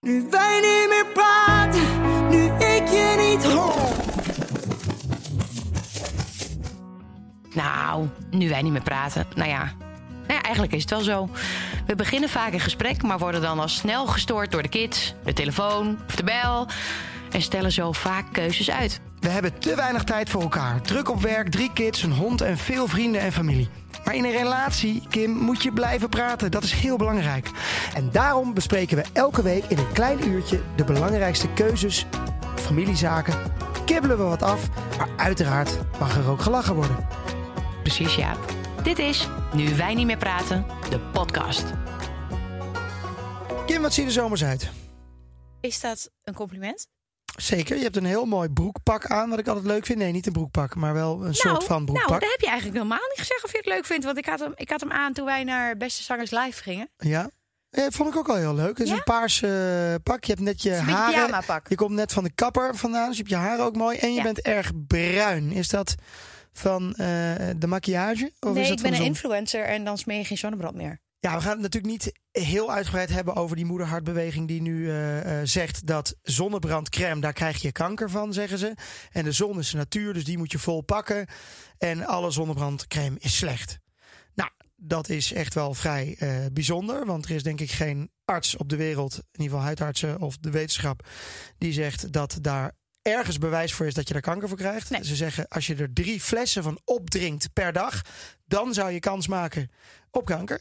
Nu wij niet meer praten, nu ik je niet hoor. Nou, nu wij niet meer praten. Nou ja, eigenlijk is het wel zo. We beginnen vaak een gesprek, maar worden dan al snel gestoord door de kids, de telefoon of de bel. En stellen zo vaak keuzes uit. We hebben te weinig tijd voor elkaar. Druk op werk, 3 kids, een hond en veel vrienden en familie. Maar in een relatie, Kim, moet je blijven praten. Dat is heel belangrijk. En daarom bespreken we elke week in een klein uurtje de belangrijkste keuzes, familiezaken. Kibbelen we wat af, maar uiteraard mag er ook gelachen worden. Precies, Jaap. Dit is Nu wij niet meer praten, de podcast. Kim, wat zie je er zomers uit? Is dat een compliment? Zeker, je hebt een heel mooi broekpak aan, wat ik altijd leuk vind. Nee, niet een broekpak, maar wel een soort van broekpak. Nou, daar heb je eigenlijk helemaal niet gezegd of je het leuk vindt. Want ik had hem aan toen wij naar Beste Zangers Live gingen. Ja, vond ik ook al heel leuk. Het is een paars pak. Je hebt net je haren. Je komt net van de kapper vandaan, dus je hebt je haren ook mooi. En je bent erg bruin. Is dat van de maquillage? Of nee, is dat ik ben van een influencer en dan smeer je geen zonnebrand meer. Ja, we gaan het natuurlijk niet heel uitgebreid hebben over die moederhartbeweging die nu zegt dat zonnebrandcrème, daar krijg je kanker van, zeggen ze. En de zon is de natuur, dus die moet je vol pakken. En alle zonnebrandcrème is slecht. Nou, dat is echt wel vrij bijzonder, want er is denk ik geen arts op de wereld, in ieder geval huidartsen of de wetenschap, die zegt dat daar ergens bewijs voor is dat je er kanker voor krijgt. Nee. Ze zeggen, als je er 3 flessen van opdrinkt per dag, dan zou je kans maken op kanker.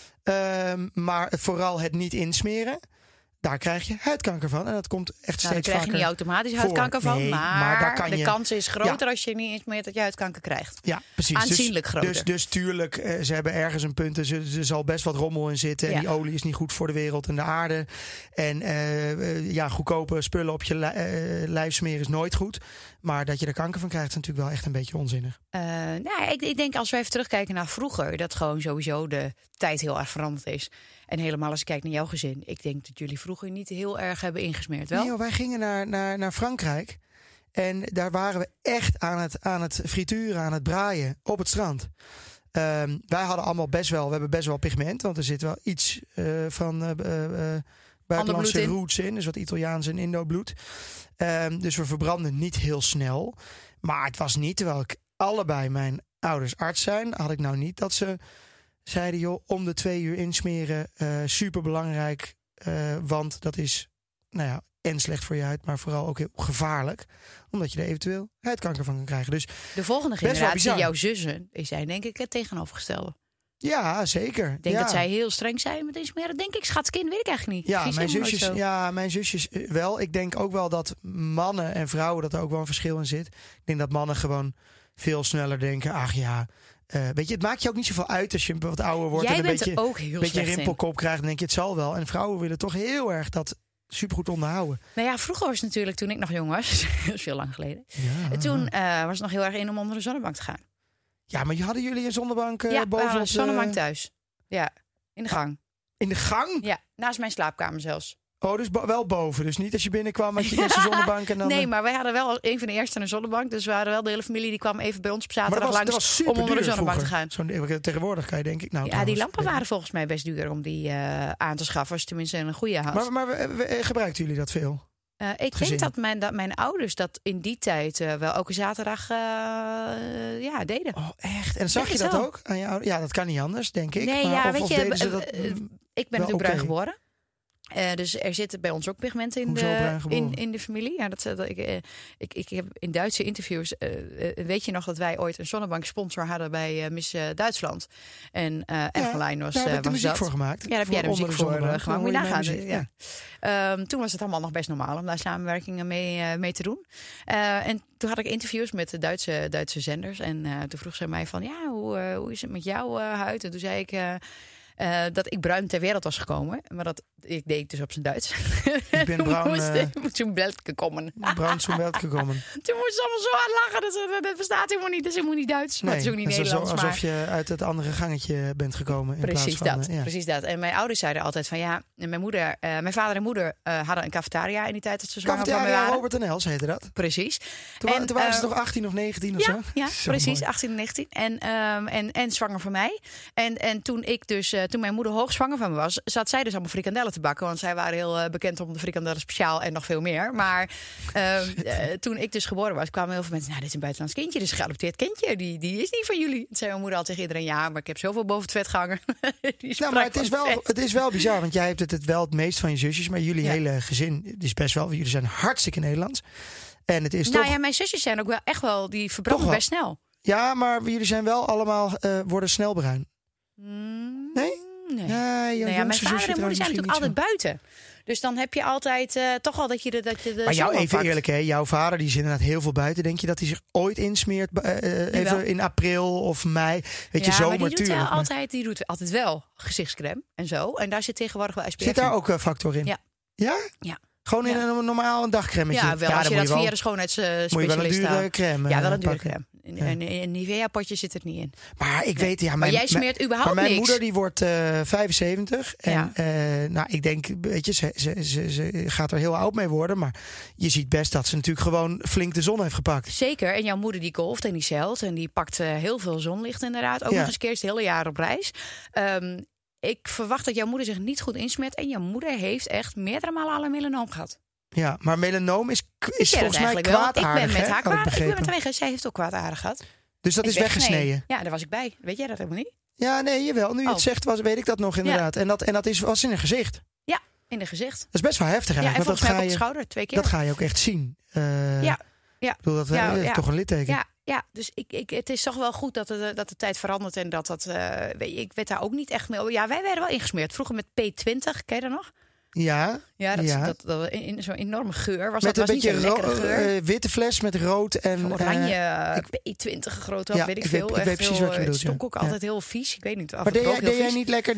Maar vooral het niet insmeren, daar krijg je huidkanker van. En dat komt echt steeds vaker. Daar krijg je niet automatisch huidkanker van. Nee, maar daar kan de kans is groter als je niet insmeert dat je huidkanker krijgt. Ja, precies. Aanzienlijk groter. Dus tuurlijk, ze hebben ergens een punt. Er zal best wat rommel in zitten. En die olie is niet goed voor de wereld en de aarde. En goedkope spullen op je lijf smeren is nooit goed. Maar dat je er kanker van krijgt is natuurlijk wel echt een beetje onzinnig. Ik denk als we even terugkijken naar vroeger, dat gewoon sowieso de tijd heel erg veranderd is. En helemaal als ik kijk naar jouw gezin. Ik denk dat jullie vroeger niet heel erg hebben ingesmeerd, wel? Nee, wij gingen naar Frankrijk. En daar waren we echt aan het frituren, aan het braaien op het strand. Wij hadden allemaal we hebben best wel pigment. Want er zit wel iets van buitenlandse roots in. Dus wat Italiaans en Indo-bloed. Dus we verbranden niet heel snel. Maar het was niet, terwijl ik allebei mijn ouders arts zijn, had ik nou niet dat ze zeiden, joh, om de 2 uur insmeren, super belangrijk. Want dat is, en slecht voor je huid, maar vooral ook heel gevaarlijk. Omdat je er eventueel huidkanker van kan krijgen. Dus de volgende generatie, jouw zussen, zijn denk ik het tegenovergestelde. Ja, zeker. Ik denk dat zij heel streng zijn met insmeren. Denk ik, schatskind, weet ik eigenlijk niet. Mijn zusjes wel. Ik denk ook wel dat mannen en vrouwen, dat er ook wel een verschil in zit. Ik denk dat mannen gewoon veel sneller denken, weet je, het maakt je ook niet zoveel uit als je wat ouder wordt. Jij en een beetje rimpelkop krijgt. Dan denk je, het zal wel. En vrouwen willen toch heel erg dat supergoed onderhouden. Nou ja, vroeger was het natuurlijk, toen ik nog jong was, dat is veel lang geleden. Ja. Toen was het nog heel erg in om onder de zonnebank te gaan. Ja, maar hadden jullie een zonnebank bovenop? Ja, we hadden een zonnebank thuis. Ja, in de gang. In de gang? Ja, naast mijn slaapkamer zelfs. Oh, dus wel boven. Dus niet als je binnenkwam, had je eerst een zonnebank en dan... Nee, maar wij hadden wel een van de eerste een zonnebank. Dus we hadden wel de hele familie die kwam even bij ons op zaterdag langs om onder de zonnebank te gaan. Tegenwoordig kan je denk ik... Die lampen waren volgens mij best duur om die aan te schaffen. Als je tenminste een goede had. Maar gebruikten jullie dat veel? Ik denk dat mijn ouders dat in die tijd wel elke zaterdag deden. Oh, echt? En zag je dat ook aan je ouders? Ja, dat kan niet anders, denk ik. Nee, maar ik ben natuurlijk bruin geboren. Dus er zitten bij ons ook pigmenten in de familie. Ja, ik heb in Duitse interviews... weet je nog dat wij ooit een zonnebanksponsor hadden bij Miss Duitsland? En Eveline was daar heb ik de muziek voor gemaakt. Ja, daar heb jij de muziek voor gemaakt. Moet je nagaan. Ja. Toen was het allemaal nog best normaal om daar samenwerkingen mee te doen. En toen had ik interviews met de Duitse zenders. En toen vroeg ze mij van, hoe is het met jouw huid? En toen zei ik... dat ik bruin ter wereld was gekomen. Maar dat ik deed dus op zijn Duits. Ik ben bruin... moet zo'n belt gekomen. Bruin zo'n belt gekomen. Toen moest ze allemaal zo aan lachen. Dat bestaat helemaal niet. Dat is helemaal niet Duits. Maar het is ook niet Nederlands. Alsof je uit het andere gangetje bent gekomen. Precies dat. En mijn ouders zeiden altijd van mijn vader en moeder hadden een cafetaria in die tijd dat ze zwanger van me waren. Robert en Els heette dat. Precies. Toen waren ze nog 18 of 19 of zo? Ja, zo precies. Mooi. 18 en 19. En zwanger van mij. En toen ik dus toen mijn moeder hoogzwanger van me was, zat zij dus allemaal frikandellen te bakken. Want zij waren heel bekend om de frikandellen speciaal en nog veel meer. Maar toen ik dus geboren was, kwamen heel veel mensen... Nou, dit is een buitenlands kindje, dit is een geadopteerd kindje. Die is niet van jullie. Toen zei mijn moeder al tegen iedereen... Ja, maar ik heb zoveel boven het vet gehangen. Maar het is wel bizar, want jij hebt het wel het meest van je zusjes. Maar jullie hele gezin, het is best wel... Jullie zijn hartstikke Nederlands. En het is toch... ja, mijn zusjes zijn ook wel echt wel... Die verbranden best snel. Ja, maar jullie zijn wel allemaal... worden snel bruin. Nee? Nee. Ja, mijn vader en moeder zijn natuurlijk altijd buiten. Dus dan heb je altijd toch al dat je de maar jou even pakt. Eerlijk, hè? Jouw vader die is inderdaad heel veel buiten. Denk je dat hij zich ooit insmeert? Even in april of mei? Weet je, zomer, maar die doet altijd wel gezichtscrème en zo. En daar zit tegenwoordig wel SPF in. Zit daar ook factor in? Ja. Ja? Ja. Gewoon in een normaal dagcremmetje? Ja, wel als je dat via de schoonheidsspecialist... Moet je wel een dure crème Ja, wel een dure pakken. crème. Een Nivea-potje zit er niet in. Maar ik weet... Ja, maar jij smeert überhaupt niks. Maar mijn moeder die wordt 75. En ik denk, weet je, ze gaat er heel oud mee worden. Maar je ziet best dat ze natuurlijk gewoon flink de zon heeft gepakt. Zeker. En jouw moeder die golft en die zeilt. En die pakt heel veel zonlicht inderdaad. Ook nog eens een keer het hele jaar op reis. Ik verwacht dat jouw moeder zich niet goed insmet. En jouw moeder heeft echt meerdere malen al een melanoom gehad. Ja, maar melanoom is volgens mij kwaadaardig. Ik ben met haar kwaadaardig. Zij heeft ook kwaadaardig gehad. Dus dat is weggesneden? Ja, daar was ik bij. Weet jij dat helemaal niet? Ja, nee, jawel. Nu je het zegt, weet ik dat nog inderdaad. Ja. En dat was in een gezicht. Ja, in een gezicht. Dat is best wel heftig eigenlijk. Ja, en volgens mij op de schouder 2 keer. Dat ga je ook echt zien. Ja. Ik bedoel, dat is toch een litteken. Ja, dus het is toch wel goed dat de tijd verandert en dat ik weet daar ook niet echt mee. Ja, wij werden wel ingesmeerd. Vroeger met P20, ken je dat nog? Ja. Dat in zo'n enorme geur. Was met dat een was beetje niet zo'n geur. Witte fles met rood en oranje P20 groot, weet ik veel. Ik weet precies wat je bedoelt. Het stonk ook altijd heel vies. Ik weet niet. Maar deed jij niet lekker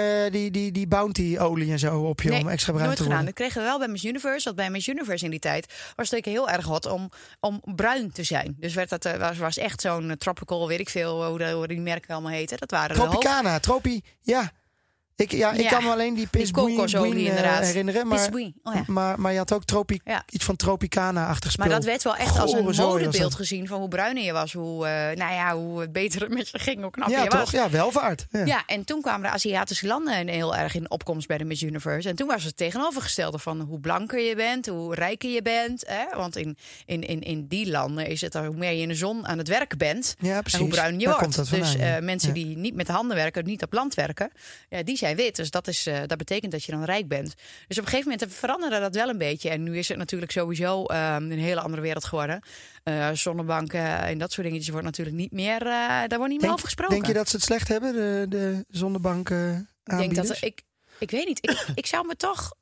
die Bounty olie en zo op je om extra bruin te worden? Gedaan. Dat kregen we wel bij Miss Universe. Want bij Miss Universe in die tijd was het heel erg hot om bruin te zijn. Dus was echt zo'n tropical, weet ik veel hoe die merken allemaal heten. Dat waren Tropicana, ja. Ik kan me alleen die kokosolie herinneren. Maar je had ook iets van Tropicana-achtig spul. Maar dat werd wel echt als een modebeeld gezien van hoe bruiner je was. Hoe het beter met je ging, hoe knapper je was. Ja, welvaart. Ja, en toen kwamen de Aziatische landen heel erg in opkomst bij de Miss Universe. En toen was het tegenovergestelde van hoe blanker je bent, hoe rijker je bent. Want in die landen is het hoe meer je in de zon aan het werken bent. Ja, en hoe bruin je wordt. Dus mensen die niet met de handen werken, niet op land werken, die zijn wit. Dus dat betekent dat je dan rijk bent. Dus op een gegeven moment veranderde dat wel een beetje. En nu is het natuurlijk sowieso een hele andere wereld geworden. Zonnebanken en dat soort dingetjes wordt natuurlijk niet meer... daar wordt niet meer over gesproken. Denk je dat ze het slecht hebben, de zonnebanken aanbieders? Ik weet niet. Ik zou me toch...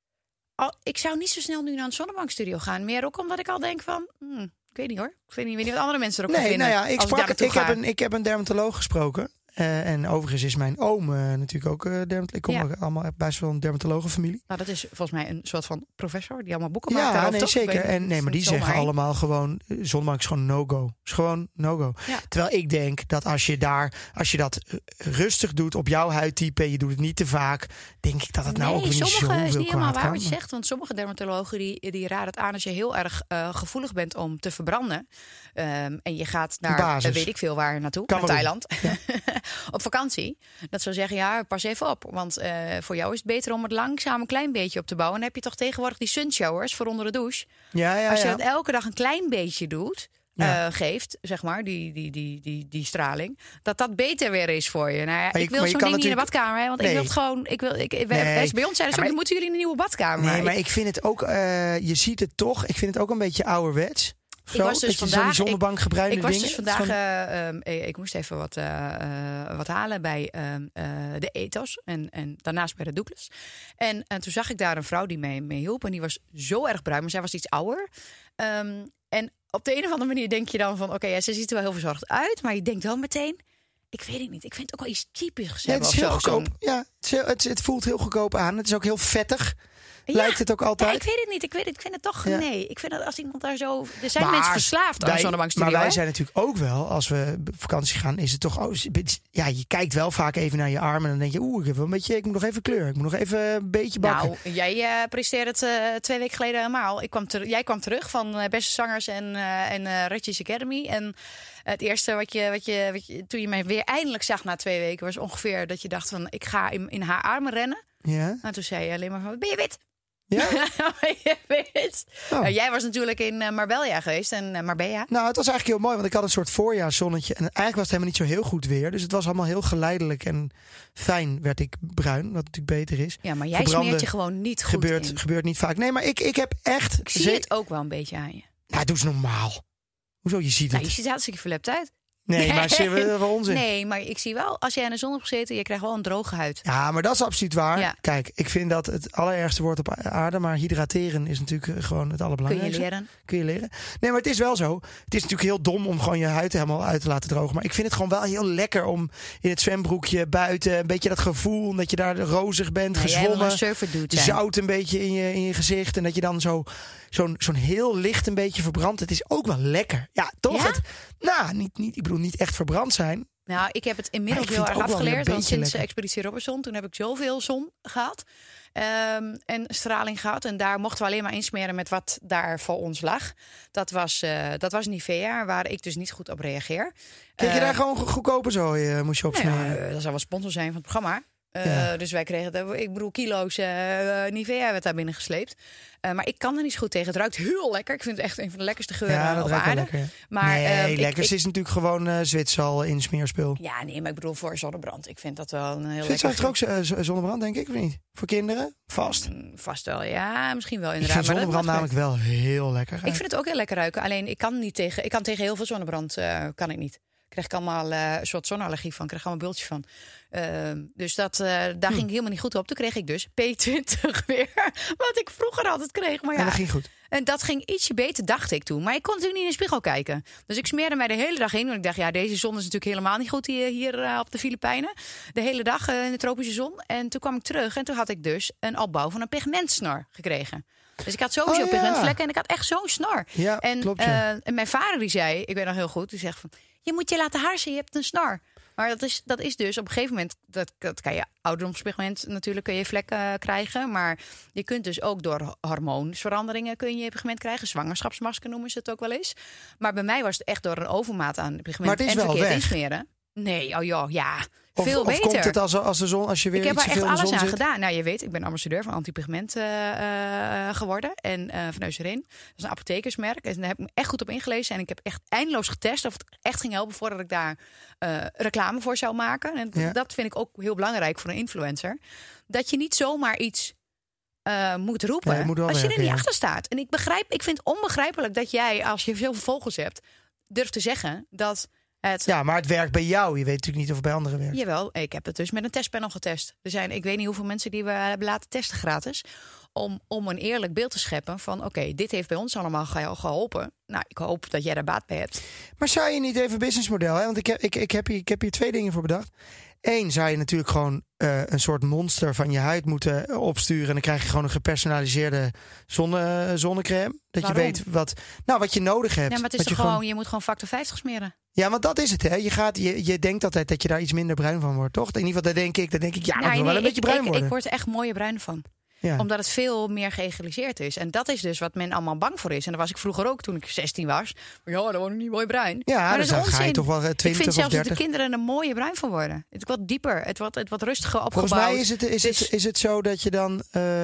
Ik zou niet zo snel nu naar een zonnebankstudio gaan. Meer ook omdat ik al denk van... ik weet niet hoor. Ik weet niet wat andere mensen erop vinden. Ik heb een dermatoloog gesproken. En overigens is mijn oom natuurlijk ook dermatoloog. Ik kom allemaal best wel een dermatologenfamilie. Nou, dat is volgens mij een soort van professor die allemaal boeken maakt. Ja, nee, zeker. Maar die zeggen allemaal gewoon... zonnebank is gewoon no-go. Is gewoon no-go. Ja. Terwijl ik denk dat als je dat rustig doet op jouw huidtype... en je doet het niet te vaak... denk ik dat het nou ook weer niet zoveel kwaad kan. Is niet helemaal waar wat je zegt. Want sommige dermatologen die raden het aan als je heel erg gevoelig bent om te verbranden. En je gaat naar, weet ik veel waar naartoe. Naar Thailand. Ja. Op vakantie. Dat zou zeggen, pas even op. Want voor jou is het beter om het langzaam een klein beetje op te bouwen. En dan heb je toch tegenwoordig die sunshowers voor onder de douche. Als je dat elke dag een klein beetje doet... geeft, zeg maar, die straling, dat beter weer is voor je. Nou ja, ik wil zo'n ding niet in de badkamer, hè, want ik wil het gewoon... Bij ons zeiden ze ook, moeten jullie een nieuwe badkamer? Nee, maar ik vind het ook... je ziet het toch, ik vind het ook een beetje ouderwets. Ik was dus vandaag... die zonnebank gebruikte dingen. Ik was dus vandaag... ik moest even wat halen bij de Ethos. En daarnaast bij de Douglas. En toen zag ik daar een vrouw die mee hielp. En die was zo erg bruin, maar zij was iets ouder. En op de een of andere manier denk je dan van... ze ziet er wel heel verzorgd uit. Maar je denkt wel meteen... Ik weet het niet. Ik vind het ook wel iets typisch. Het is heel goedkoop. Ja, Het voelt heel goedkoop aan. Het is ook heel vettig. Lijkt het ook altijd? Ja, ik weet het niet. Ik vind het toch... Ja. Nee, ik vind dat als iemand daar zo... Er zijn mensen verslaafd aan zonnebankstudio. Maar wij zijn natuurlijk ook wel, als we op vakantie gaan, is het toch... Ja, je kijkt wel vaak even naar je arm en dan denk je... ik moet nog even kleur. Ik moet nog even een beetje bakken. Nou, jij presteerde het 2 weken geleden helemaal. Jij kwam terug van Beste Zangers en Redjes Academy. En het eerste wat je toen je mij weer eindelijk zag na 2 weken... was ongeveer dat je dacht van, ik ga in haar armen rennen. Ja. En toen zei je alleen maar van, ben je wit? Ja? Jij was natuurlijk in Marbella geweest en Marbella. Nou, het was eigenlijk heel mooi, want ik had een soort voorjaarszonnetje. En eigenlijk was het helemaal niet zo heel goed weer. Dus het was allemaal heel geleidelijk en fijn werd ik bruin, wat natuurlijk beter is. Ja, maar jij smeert je gewoon niet goed gebeurt niet vaak. Nee, maar ik heb echt... Ik zie het ook wel een beetje aan je. Nou, doe eens normaal. Hoezo, je ziet het? Je ziet hartstikke verlept uit. Nee, maar zien we wel onzin. Nee, maar ik zie wel, als jij in de zon hebt gezeten, je krijgt wel een droge huid. Ja, maar dat is absoluut waar. Ja. Kijk, ik vind dat het allerergste woord op aarde, maar hydrateren is natuurlijk gewoon het allerbelangrijkste. Kun je leren. Nee, maar het is wel zo. Het is natuurlijk heel dom om gewoon je huid helemaal uit te laten drogen. Maar ik vind het gewoon wel heel lekker om in het zwembroekje buiten een beetje dat gevoel dat je daar rozig bent, gezwommen. Zout een beetje in je gezicht en dat je dan zo'n heel licht een beetje verbrandt. Het is ook wel lekker. Ja, toch? Ja? Ik bedoel niet echt verbrand zijn. Nou, ik heb het inmiddels heel erg afgeleerd. Want sinds Expeditie Robinson, toen heb ik zoveel zon gehad. En straling gehad. En daar mochten we alleen maar insmeren met wat daar voor ons lag. Dat was Nivea, waar ik dus niet goed op reageer. Kreeg je daar gewoon goedkope zooi moest je opsmeren? Nou, dat zou wel sponsor zijn van het programma. Dus wij kregen kilo's Nivea werd daar binnen gesleept. Maar ik kan er niet zo goed tegen. Het ruikt heel lekker. Ik vind het echt een van de lekkerste geuren op aarde. Lekker, ja. Maar, lekkerste is natuurlijk gewoon Zwitsal in smeerspul. Ja, nee, maar ik bedoel voor zonnebrand. Ik vind dat wel een heel Zwitsal heeft er ook zonnebrand, denk ik, of niet? Voor kinderen? Vast? Vast wel, ja. Misschien wel inderdaad. Ik vind zonnebrand namelijk wel heel lekker. Ik vind het ook heel lekker ruiken. Alleen ik kan niet tegen. Ik kan tegen heel veel zonnebrand kan ik niet. Krijg ik allemaal een soort zonneallergie van. Krijg ik allemaal bultjes van. Dus daar ging ik helemaal niet goed op. Toen kreeg ik dus P20 weer. Wat ik vroeger altijd kreeg. Maar ja, en dat ging goed. En dat ging ietsje beter, dacht ik toen. Maar ik kon natuurlijk niet in de spiegel kijken. Dus ik smeerde mij de hele dag in. Want ik dacht, deze zon is natuurlijk helemaal niet goed hier op de Filipijnen. De hele dag in de tropische zon. En toen kwam ik terug. En toen had ik dus een opbouw van een pigmentsnor gekregen. Dus ik had sowieso pigmentvlekken. En ik had echt zo'n snor. Ja, klopt, ja. En mijn vader die zei, ik weet nog heel goed. Die zegt van, je moet je laten harsen, je hebt een snor. Maar dat is dus op een gegeven moment, dat kan je ouderdomspigment natuurlijk, kun je vlekken krijgen. Maar je kunt dus ook door hormoonsveranderingen kun je pigment krijgen. Zwangerschapsmasker noemen ze het ook wel eens. Maar bij mij was het echt door een overmaat aan pigment en verkeerd insmeren. Nee, ja. Veel beter. Of komt het als de zon, als je weer ik heb iets te veel in de zon zit? Ik heb er echt alles aan gedaan. Nou, je weet, ik ben ambassadeur van antipigment geworden. En van Eucerin. Dat is een apothekersmerk. En daar heb ik me echt goed op ingelezen. En ik heb echt eindeloos getest of het echt ging helpen voordat ik daar reclame voor zou maken. En dat vind ik ook heel belangrijk voor een influencer. Dat je niet zomaar iets moet roepen als je er niet achter staat. En ik vind het onbegrijpelijk dat jij, als je veel volgers hebt, durft te zeggen dat... Ja, maar het werkt bij jou. Je weet natuurlijk niet of het bij anderen werkt. Jawel, ik heb het dus met een testpanel getest. Ik weet niet hoeveel mensen die we hebben laten testen gratis. Om een eerlijk beeld te scheppen van... oké, dit heeft bij ons allemaal geholpen. Nou, ik hoop dat jij daar baat bij hebt. Maar zou je niet even businessmodel... Hè? Want ik heb hier 2 dingen voor bedacht. 1, zou je natuurlijk gewoon een soort monster van je huid moeten opsturen. En dan krijg je gewoon een gepersonaliseerde zonnecrème. Dat Waarom? Je weet wat je nodig hebt. Ja, maar het is toch je moet gewoon factor 50 smeren. Ja, want dat is het, hè. Je denkt altijd dat je daar iets minder bruin van wordt, toch? In ieder geval, dat denk ik, ik wil wel een beetje bruin worden. Ik word er echt mooie bruin van. Ja. Omdat het veel meer geëgaliseerd is. En dat is dus wat men allemaal bang voor is. En dat was ik vroeger ook toen ik 16 was. Maar dan word ik niet mooi bruin. Ja, maar dus dan ga je toch wel 20 of 30. Ik vind zelfs dat de kinderen er mooie bruin van worden. Het wordt dieper, het wordt rustiger opgebouwd. Volgens mij is het zo dat je dan,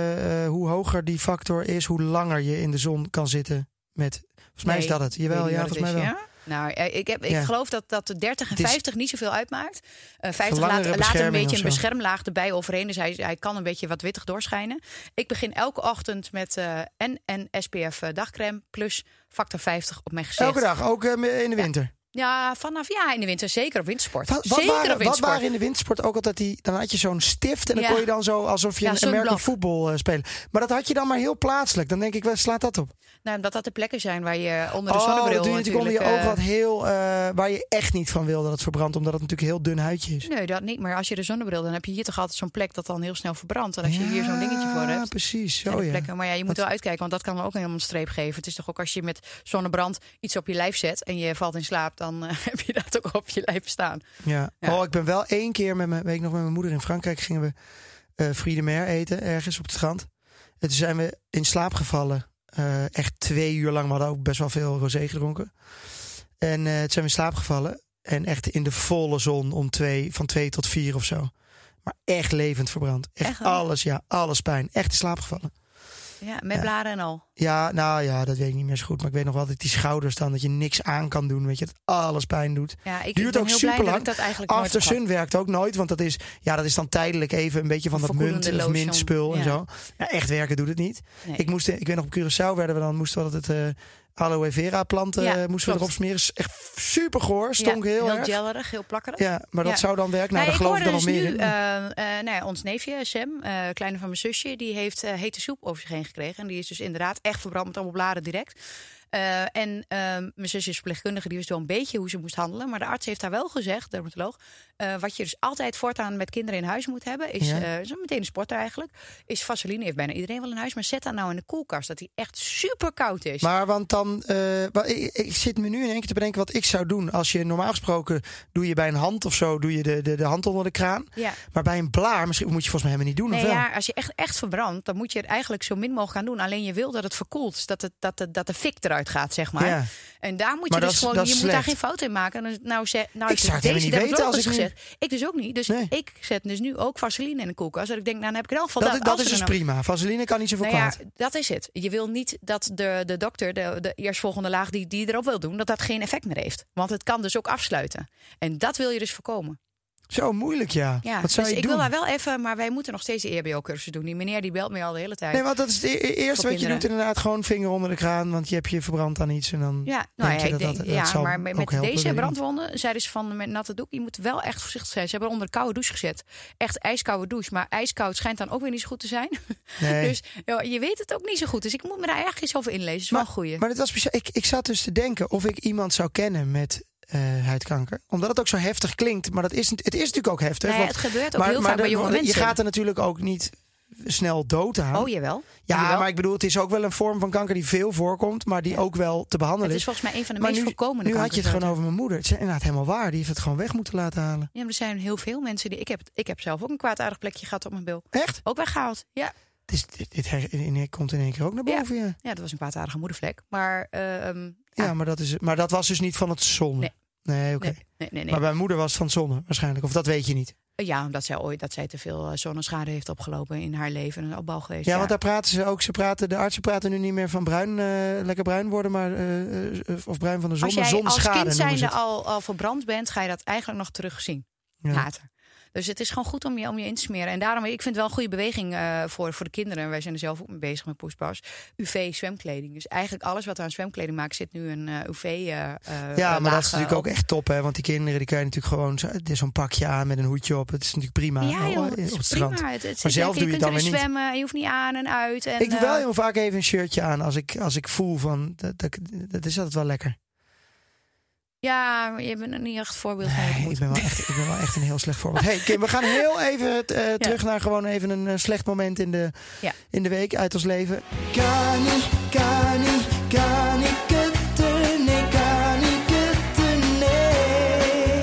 hoe hoger die factor is, hoe langer je in de zon kan zitten. Volgens mij is dat het. Jawel, ja, volgens mij wel. Ja? Nou, ik geloof dat de 30 en 50 niet zoveel uitmaakt. 50 laat een beetje een beschermlaag erbij overheen. Dus hij kan een beetje wat wittig doorschijnen. Ik begin elke ochtend met en SPF dagcrème plus factor 50 op mijn gezicht. Elke dag, ook in de winter? Ja, in de winter zeker op wintersport. Wat waren in de wintersport ook altijd dan had je zo'n stift en dan kon je dan zo alsof je een American voetbal spelen. Maar dat had je dan maar heel plaatselijk. Dan denk ik, waar slaat dat op? Nou, dat de plekken zijn waar je onder de zonnebril dat doe je natuurlijk onder je ogen wat heel waar je echt niet van wil dat het verbrandt, omdat het natuurlijk een heel dun huidje is. Nee, dat niet. Maar als je de zonnebril, dan heb je hier toch altijd zo'n plek dat dan heel snel verbrandt. En als je hier zo'n dingetje voor hebt. Ja, precies. Plekken. Maar je moet wel uitkijken, want dat kan dan ook helemaal een streep geven. Het is toch ook als je met zonnebrand iets op je lijf zet en je valt in slaap, dan heb je dat ook op je lijf staan. Ja. Ik ben wel 1 keer met mijn moeder in Frankrijk gingen we Fruits de mer eten ergens op het strand. En toen zijn we in slaap gevallen. Echt 2 uur lang. We hadden ook best wel veel rosé gedronken. En toen zijn we in slaap gevallen. En echt in de volle zon van 2 tot 4 of zo. Maar echt levend verbrand. Echt alles pijn. Echt in slaap gevallen. Ja, met blaren en al. Ja, dat weet ik niet meer zo goed. Maar ik weet nog wel dat die schouders dan, dat je niks aan kan doen. Weet je, dat alles pijn doet. Ja, duurt ook super lang. After Sun werkt ook nooit, want dat is dan tijdelijk even een beetje van dat munt of mintspul en zo. Ja, echt werken doet het niet. Nee. Ik weet nog op Curaçao moesten we altijd aloe vera planten moesten we erop smeren. Echt super goor, stonk heel erg. Heel gellerig, heel plakkerig. Ja, maar dat zou dan werken. Nou, daar geloof ik dan nog meer in. Ons neefje Sam, kleine van mijn zusje, die heeft hete soep over zich heen gekregen. En die is dus inderdaad echt verbrand met allemaal blaren direct. Mijn zusje is verpleegkundige, die wist wel een beetje hoe ze moest handelen. Maar de arts heeft haar wel gezegd, dermatoloog, wat je dus altijd voortaan met kinderen in huis moet hebben, is meteen een sporter eigenlijk, is vaseline. Heeft bijna iedereen wel in huis, maar zet dat nou in de koelkast, dat die echt super koud is. Maar want dan, ik zit me nu in één keer te bedenken wat ik zou doen. Als je normaal gesproken doe je bij een hand of zo, doe je de hand onder de kraan. Ja. Maar bij een blaar, misschien moet je volgens mij helemaal niet doen. Nee, of wel? Als je echt verbrandt, dan moet je het eigenlijk zo min mogelijk gaan doen. Alleen je wil dat het verkoelt, dat de fik eruit gaat, zeg maar. Ja. En daar moet je dus gewoon, je moet daar geen fout in maken. Ik zou het helemaal niet weten als ik gezegd. Ik dus ook niet. Dus ik zet dus nu ook vaseline in de koelkast. Dat ik denk, nou, dan heb ik in elk geval dat is dus prima. Vaseline kan niet zoveel kwaad. Ja, dat is het. Je wil niet dat de dokter, de eerstvolgende laag die erop wil doen, dat geen effect meer heeft. Want het kan dus ook afsluiten. En dat wil je dus voorkomen. Zo moeilijk, ja. Wat zou je doen? Ik wil daar wel even, maar wij moeten nog steeds de EHBO-cursus doen. Die meneer die belt me al de hele tijd. Nee, want dat is het eerste wat je doet, inderdaad, gewoon vinger onder de kraan, want je hebt je verbrand aan iets en dan. Maar met deze brandwonden zeiden ze van met natte doek, je moet wel echt voorzichtig zijn. Ze hebben onder een koude douche gezet, echt ijskoude douche, maar ijskoud schijnt dan ook weer niet zo goed te zijn. Nee. Dus je weet het ook niet zo goed. Dus ik moet me daar eigenlijk eens over inlezen. Dat is wel een goeie. Maar het was speciaal. Ik zat dus te denken of ik iemand zou kennen met huidkanker. Omdat het ook zo heftig klinkt. Maar het is natuurlijk ook heftig. Het gebeurt ook heel vaak bij jonge mensen. Je gaat er natuurlijk ook niet snel dood aan. Oh, jawel. Ja, maar ik bedoel, het is ook wel een vorm van kanker die veel voorkomt, maar die ook wel te behandelen is. Het is volgens mij een van de meest voorkomende kankers. Nu had je het gewoon over mijn moeder. Het is inderdaad helemaal waar. Die heeft het gewoon weg moeten laten halen. Ja, maar er zijn heel veel mensen die... Ik heb zelf ook een kwaadaardig plekje gehad op mijn bil. Echt? Ook weggehaald, ja. Dit komt in één keer ook naar boven, ja. Ja, dat was een kwaadaardige moedervlek. Maar, maar dat was dus niet van het zonne. Nee, oké. Nee. Maar bij moeder was het van zonne waarschijnlijk. Of dat weet je niet. Ja, omdat zij te veel zonneschade heeft opgelopen in haar leven en een opbouw geweest. Ja, want daar praten ze ook. De artsen praten nu niet meer van lekker bruin worden, maar of bruin van de zon. Als jij zonneschade, als kind zijnde al verbrand bent, ga je dat eigenlijk nog terugzien later. Dus het is gewoon goed om je in te smeren. En daarom, ik vind het wel een goede beweging voor de kinderen. Wij zijn er zelf ook mee bezig met Poespas. UV-zwemkleding. Dus eigenlijk alles wat we aan zwemkleding maken, zit nu een UV maar dat is natuurlijk ook echt top, hè? Want die kinderen, die kan je natuurlijk gewoon zo'n pakje aan met een hoedje op. Het is natuurlijk prima. Ja, joh, het is op het strand. prima. Maar zelf doe je het dan weer niet. Zwemmen, je hoeft niet aan en uit. En, ik doe wel heel vaak even een shirtje aan als ik voel van, dat is altijd wel lekker. Ja, maar je bent er niet echt het voorbeeld van. Nee, ik ben wel echt een heel slecht voorbeeld. Hey Kim, we gaan heel even terug naar gewoon even een slecht moment in de week uit ons leven. Kan niet kutten, nee, kan niet kutten, nee.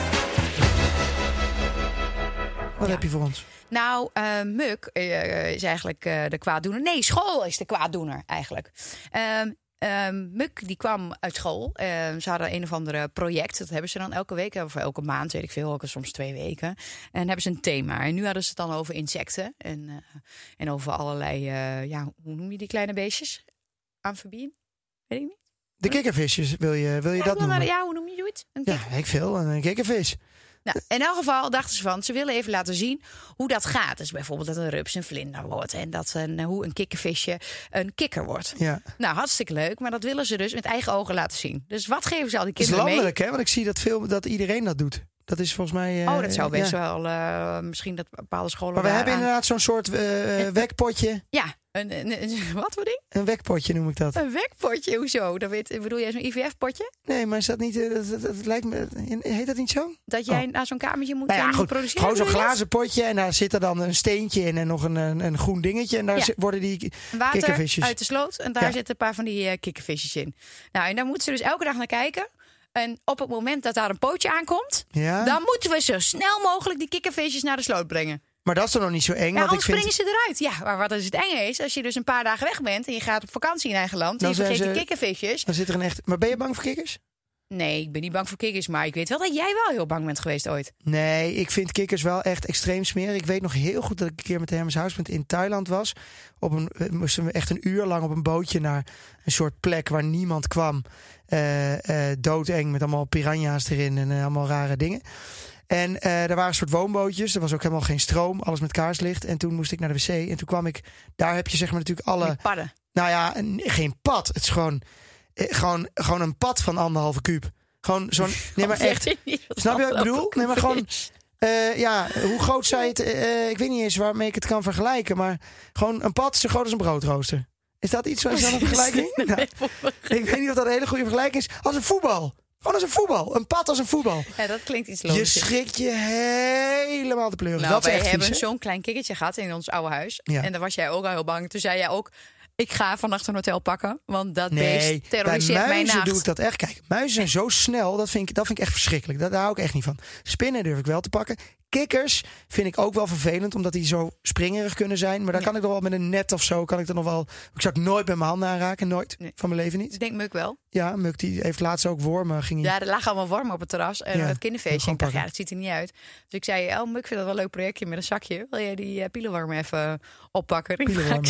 Wat heb je voor ons? Nou, Muk is eigenlijk de kwaaddoener. Nee, school is de kwaaddoener eigenlijk. Muk die kwam uit school. Ze hadden een of andere project. Dat hebben ze dan elke week of elke maand, weet ik veel, soms 2 weken. En hebben ze een thema. En nu hadden ze het dan over insecten en over allerlei, hoe noem je die kleine beestjes? Amfibieën? Weet ik niet. De kikkervisjes, wil je dat noemen? Ja, hoe noem je het? Ja, ik veel. Een kikkervis. Nou, in elk geval dachten ze willen even laten zien hoe dat gaat. Dus bijvoorbeeld dat een rups een vlinder wordt. En hoe een kikkervisje een kikker wordt. Ja. Nou, hartstikke leuk. Maar dat willen ze dus met eigen ogen laten zien. Dus wat geven ze al die kinderen mee? Het is landelijk, hè? Want ik zie dat iedereen dat doet. Dat is volgens mij... dat zou best wel... misschien dat bepaalde scholen... Maar we hebben inderdaad zo'n soort wekpotje. Ja. Wat voor ding? Een wekpotje noem ik dat. Een wekpotje? Hoezo? Bedoel jij zo'n IVF-potje? Nee, maar is dat niet... dat lijkt me... Heet dat niet zo? Dat jij naar zo'n kamertje moet produceren? Gewoon zo'n glazen potje. En daar zit er dan een steentje in en nog een groen dingetje. En daar worden die kikkervisjes uit de sloot. En daar zitten een paar van die kikkervisjes in. Nou, en daar moeten ze dus elke dag naar kijken. En op het moment dat daar een pootje aankomt... dan moeten we zo snel mogelijk die kikkervisjes naar de sloot brengen. Maar dat is toch nog niet zo eng? Ja, want anders springen ze eruit. Ja, maar wat is het enge is, als je dus een paar dagen weg bent... en je gaat op vakantie in eigen land en je vergeet de kikkervisjes... Dan zit er een echt... Maar ben je bang voor kikkers? Nee, ik ben niet bang voor kikkers. Maar ik weet wel dat jij wel heel bang bent geweest ooit. Nee, ik vind kikkers wel echt extreem smerig. Ik weet nog heel goed dat ik een keer met de Hermes Houseplant in Thailand was. Moesten we echt een uur lang op een bootje naar een soort plek waar niemand kwam. Doodeng met allemaal piranha's erin en allemaal rare dingen. En er waren een soort woonbootjes. Er was ook helemaal geen stroom. Alles met kaarslicht. En toen moest ik naar de wc. En toen kwam ik... Daar heb je zeg maar natuurlijk alle... padden. Nou ja, geen pad. Het is gewoon een pad van 1,5 kuub. Gewoon zo'n... Nee, maar echt... Snap je wat ik bedoel? Nee, maar gewoon... hoe groot zij het... ik weet niet eens waarmee ik het kan vergelijken. Maar gewoon een pad zo groot als een broodrooster. Is dat iets zoals een vergelijking? Nou, ik weet niet of dat een hele goede vergelijking is. Als een voetbal. Gewoon als een voetbal. Een pad als een voetbal. Ja, dat klinkt iets logisch. Je schrikt je helemaal de pleuris. Nou, wij hebben zo'n klein kikkertje gehad in ons oude huis. Ja. En daar was jij ook al heel bang. Toen zei jij ook... Ik ga vannacht een hotel pakken, want dat beest terroriseert mij nacht. Doe ik dat echt. Kijk, muizen zijn zo snel, dat vind ik echt verschrikkelijk. Daar hou ik echt niet van. Spinnen durf ik wel te pakken. Kikkers vind ik ook wel vervelend, omdat die zo springerig kunnen zijn. Maar daar kan ik nog wel met een net of zo, kan ik er nog wel... Ik zou het nooit met mijn handen aanraken, nooit. Nee. Van mijn leven niet. Ik denk Muk wel. Ja, Muk die heeft laatst ook wormen. Ja, er lagen allemaal wormen op het terras en het kinderfeestje. Ik dacht, dat ziet er niet uit. Dus ik zei, Muk, ik vind dat wel een leuk projectje met een zakje. Wil jij die pielenwormen even oppakken? Pielenwormen.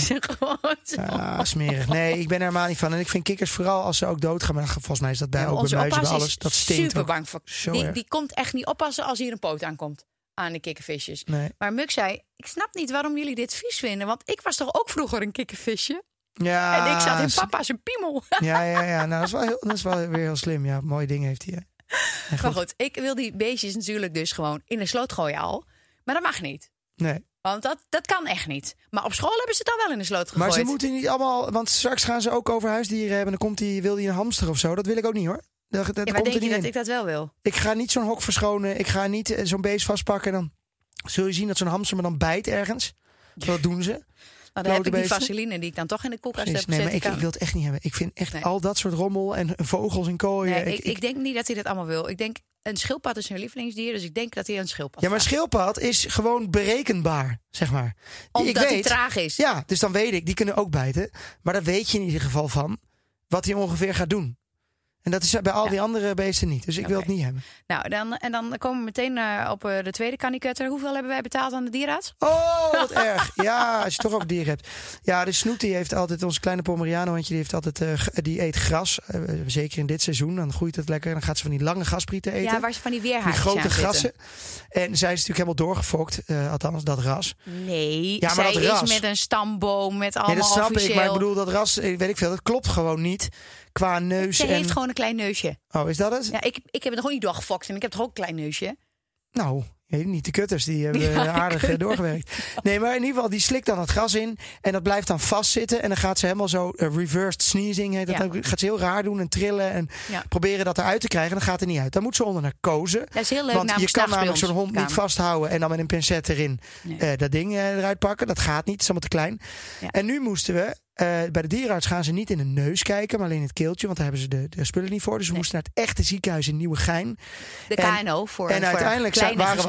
Smerig. Nee, ik ben er helemaal niet van. En ik vind kikkers vooral als ze ook doodgaan. Maar volgens mij is dat bij ook bij muizen, bij alles. Dat stinkt super bang voor. Die komt echt niet oppassen als hier een poot aankomt. Aan de kikkervisjes. Nee. Maar Muk zei, ik snap niet waarom jullie dit vies vinden. Want ik was toch ook vroeger een kikkervisje? Ja. En ik zat in papa's piemel. Ja. Nou, dat is wel weer heel slim. Ja, mooie dingen heeft hij. Maar goed, ik wil die beestjes natuurlijk dus gewoon in de sloot gooien al. Maar dat mag niet. Nee. Want dat kan echt niet. Maar op school hebben ze het dan wel in de sloot gegooid. Maar ze moeten niet allemaal... Want straks gaan ze ook over huisdieren hebben. Dan wil die een hamster of zo. Dat wil ik ook niet, hoor. Maar denk je dat ik dat wel wil? Ik ga niet zo'n hok verschonen. Ik ga niet zo'n beest vastpakken. Dan zul je zien dat zo'n hamster me dan bijt ergens. Dat doen ze. Nou, dan heb ik die vaseline die ik dan toch in de koelkast heb gezet. Nee, maar ik wil het echt niet hebben. Ik vind echt al dat soort rommel en vogels en kooien. Nee, ik denk niet dat hij dat allemaal wil. Ik denk, een schildpad is hun lievelingsdier. Dus ik denk dat hij een schildpad Ja, maar een schildpad is gewoon berekenbaar, zeg maar. Omdat hij traag is. Ja, dus dan weet ik, die kunnen ook bijten. Maar daar weet je in ieder geval van wat hij ongeveer gaat doen. En dat is bij al die andere beesten niet. Dus ik wil het niet hebben. Nou, dan komen we meteen op de tweede kanikutter. Hoeveel hebben wij betaald aan de dierenarts? Oh, wat erg. Ja, als je toch ook dieren hebt. Ja, de Snoet die heeft altijd, onze kleine Pomeriano-hondje, die heeft altijd, die eet gras. Zeker in dit seizoen. Dan groeit het lekker. Dan gaat ze van die lange gasprieten eten. Ja, waar ze van die weerhaartjes die grote grassen. Zitten. En zij is natuurlijk helemaal doorgefokt. Althans, dat ras. Nee, ja, maar zij dat ras is met een stamboom, met allemaal dat snap officieel. ik. Maar ik bedoel, dat ras, weet ik veel, dat klopt gewoon niet. Qua neus. Ze heeft gewoon een klein neusje. Oh, is dat het? Ja, ik heb het nog niet doorgefokt en ik heb toch ook een klein neusje. Nou, niet de kutters, die hebben aardig doorgewerkt. Nee, maar in ieder geval, die slikt dan het gras in en dat blijft dan vastzitten. En dan gaat ze helemaal zo reversed sneezing, heet dat. Dan gaat ze heel raar doen en trillen en proberen dat eruit te krijgen. En dan gaat het niet uit. Dan moet ze onder narcose. Dat is heel leuk. Want je kan namelijk zo'n hond niet vasthouden en dan met een pincet erin dat ding eruit pakken. Dat gaat niet, het is allemaal te klein. Ja. En nu moesten we... bij de dierenarts gaan ze niet in de neus kijken, maar alleen in het keeltje, want daar hebben ze de spullen niet voor. Dus we moesten naar het echte ziekenhuis in Nieuwegein. De KNO voor. En uiteindelijk waren